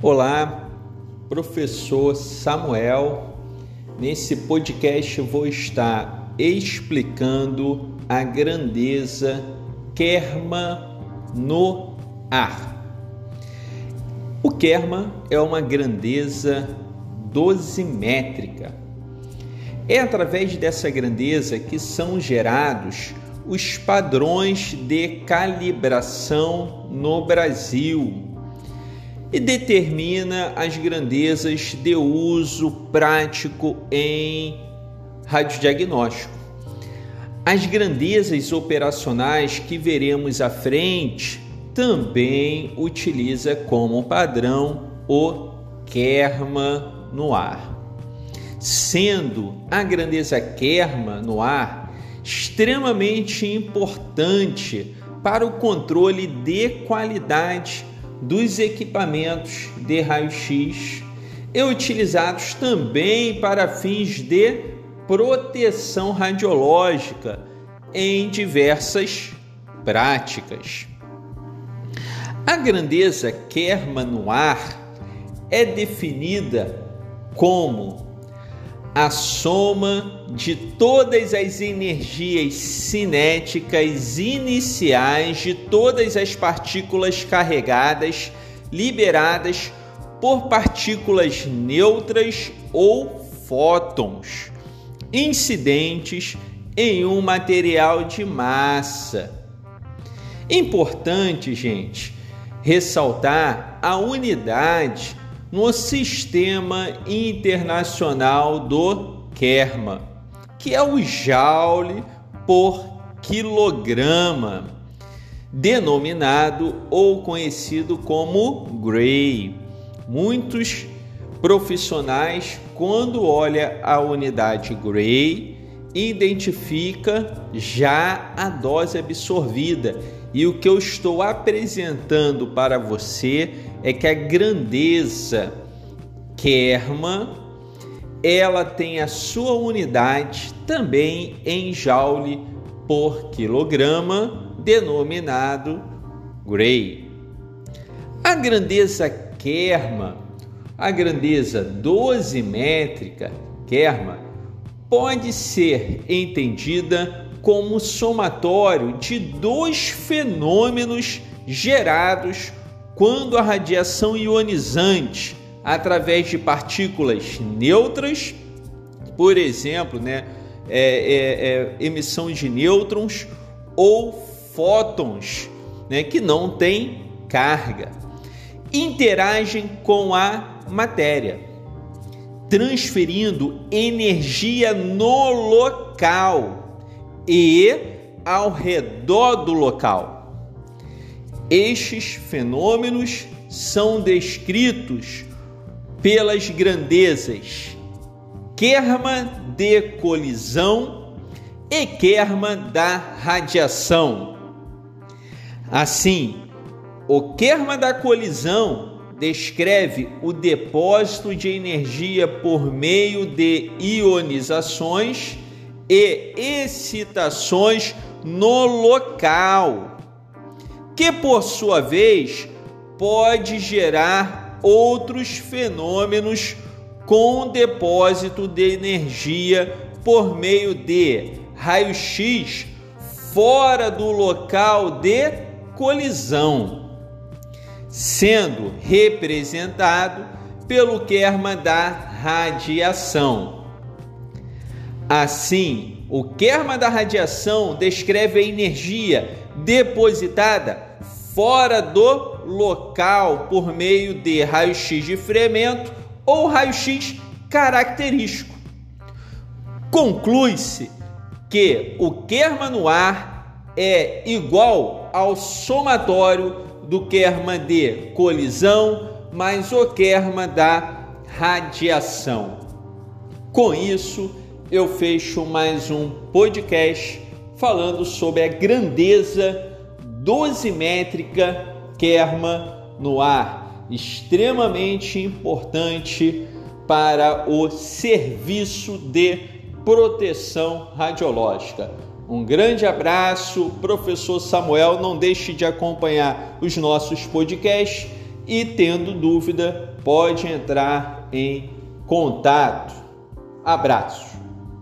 Olá, professor Samuel. Nesse podcast eu vou estar explicando a grandeza Kerma no ar. O Kerma é uma grandeza dosimétrica. É através dessa grandeza que são gerados os padrões de calibração no Brasil e determina as grandezas de uso prático em radiodiagnóstico. As grandezas operacionais que veremos à frente também utiliza como padrão o Kerma no ar, sendo a grandeza Kerma no ar extremamente importante para o controle de qualidade dos equipamentos de raio-x e utilizados também para fins de proteção radiológica em diversas práticas. A grandeza Kerma no ar é definida como a soma de todas as energias cinéticas iniciais de todas as partículas carregadas liberadas por partículas neutras ou fótons incidentes em um material de massa. Importante, gente, ressaltar a unidade no Sistema Internacional do Kerma, que é o Joule por quilograma, denominado ou conhecido como Gray. Muitos profissionais, quando olham a unidade Gray, identifica já a dose absorvida. E o que eu estou apresentando para você é que a grandeza Kerma, ela tem a sua unidade também em Joule por quilograma, denominado Gray. A grandeza Kerma, a grandeza dosimétrica Kerma, pode ser entendida como somatório de dois fenômenos gerados quando a radiação ionizante através de partículas neutras, por exemplo, emissão de nêutrons ou fótons, que não têm carga, interagem com a matéria, transferindo energia no local e ao redor do local. Estes fenômenos são descritos pelas grandezas Kerma de colisão e Kerma da radiação. Assim, o Kerma da colisão descreve o depósito de energia por meio de ionizações e excitações no local, que por sua vez pode gerar outros fenômenos com depósito de energia por meio de raio-x fora do local de colisão, sendo representado pelo Kerma da radiação. Assim, o Kerma da radiação descreve a energia depositada fora do local por meio de raio-x de fragmento ou raio-x característico. Conclui-se que o Kerma no ar é igual ao somatório do Kerma de colisão mais o Kerma da radiação. Com isso, eu fecho mais um podcast falando sobre a grandeza dosimétrica Kerma no ar, extremamente importante para o serviço de proteção radiológica. Um grande abraço, professor Samuel. Não deixe de acompanhar os nossos podcasts e, tendo dúvida, pode entrar em contato. Abraço.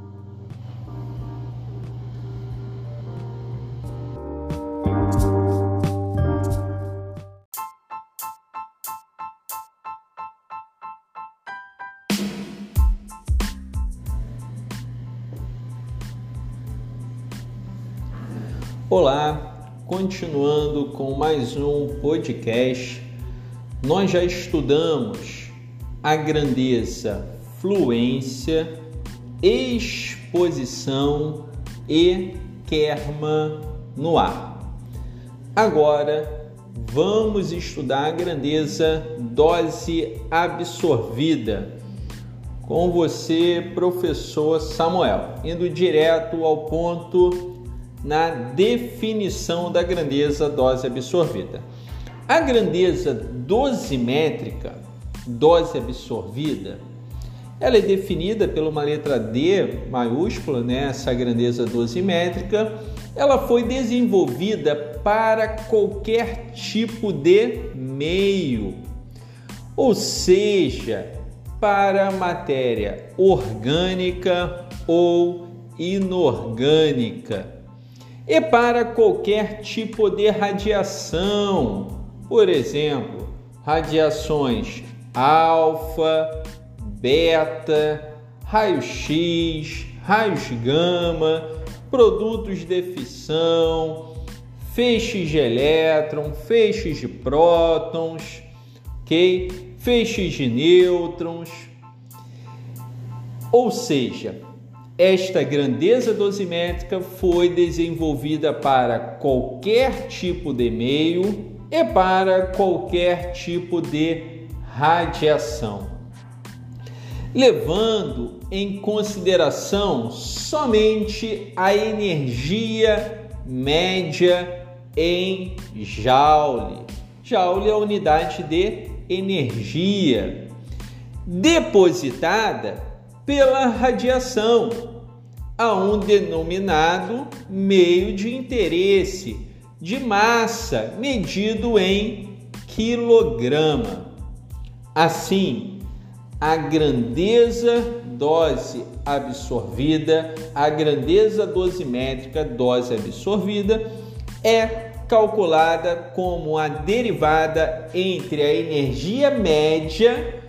Olá, continuando com mais um podcast. Nós já estudamos a grandeza, fluência, exposição e kerma no ar. Agora vamos estudar a grandeza, dose absorvida. Com você, professor Samuel, indo direto ao ponto na definição da grandeza, dose absorvida. A grandeza dosimétrica, dose absorvida, ela é definida por uma letra D maiúscula, essa grandeza dosimétrica. Ela foi desenvolvida para qualquer tipo de meio, ou seja, para matéria orgânica ou inorgânica, e para qualquer tipo de radiação, por exemplo, radiações alfa, beta, raio-x, raios gama, produtos de fissão, feixes de elétron, feixes de prótons, ok? Feixes de nêutrons. Ou seja, esta grandeza dosimétrica foi desenvolvida para qualquer tipo de meio e para qualquer tipo de radiação, levando em consideração somente a energia média em Joule. Joule é a unidade de energia depositada pela radiação a um denominado meio de interesse de massa medido em quilograma. Assim, a grandeza dose absorvida, a grandeza dosimétrica dose absorvida é calculada como a derivada entre a energia média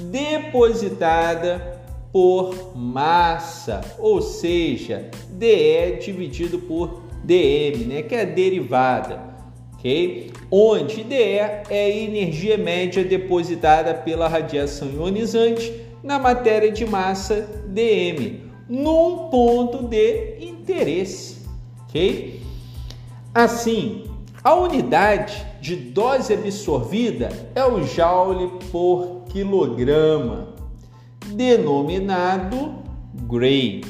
depositada por massa, ou seja, dE dividido por dm, que é a derivada, ok? Onde dE é a energia média depositada pela radiação ionizante na matéria de massa dm, num ponto de interesse, ok? Assim, a unidade de dose absorvida é o Joule por quilograma, denominado Gray.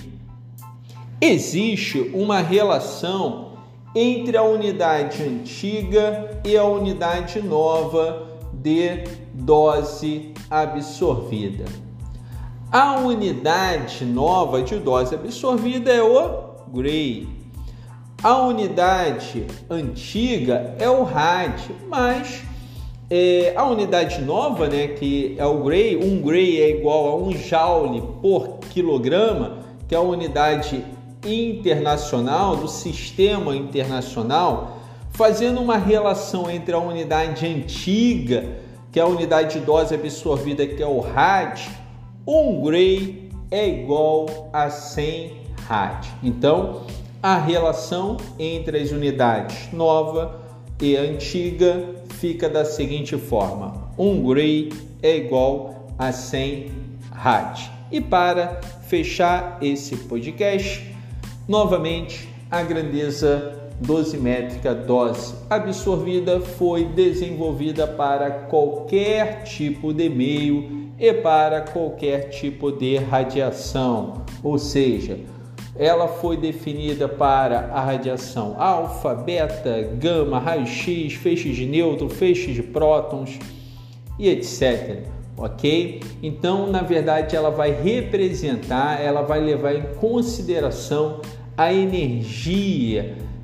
Existe uma relação entre a unidade antiga e a unidade nova de dose absorvida. A unidade nova de dose absorvida é o Gray. A unidade antiga é o Rad, mas a unidade nova, que é o Gray, um Gray é igual a 1 Joule por quilograma, que é a unidade internacional, do sistema internacional, fazendo uma relação entre a unidade antiga, que é a unidade de dose absorvida, que é o Rad, um Gray é igual a 100 Rad. Então, a relação entre as unidades nova e antiga fica da seguinte forma: 1 Gray é igual a 100 Rad. E para fechar esse podcast, novamente, a grandeza dosimétrica dose absorvida foi desenvolvida para qualquer tipo de meio e para qualquer tipo de radiação, ou seja, ela foi definida para a radiação alfa, beta, gama, raio-x, feixes de nêutron, feixes de prótons e etc. Ok? Então, na verdade, ela vai representar, ela vai levar em consideração a energia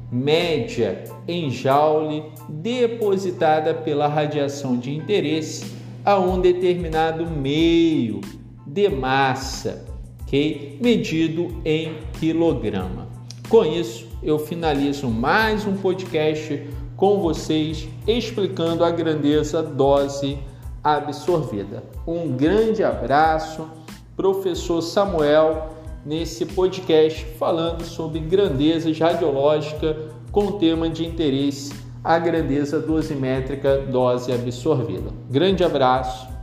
média em joule depositada pela radiação de interesse a um determinado meio de massa, ok? Medido em quilograma. Com isso, eu finalizo mais um podcast com vocês explicando a grandeza dose absorvida. Um grande abraço, professor Samuel, nesse podcast falando sobre grandezas radiológicas com tema de interesse, a grandeza dosimétrica dose absorvida. Grande abraço.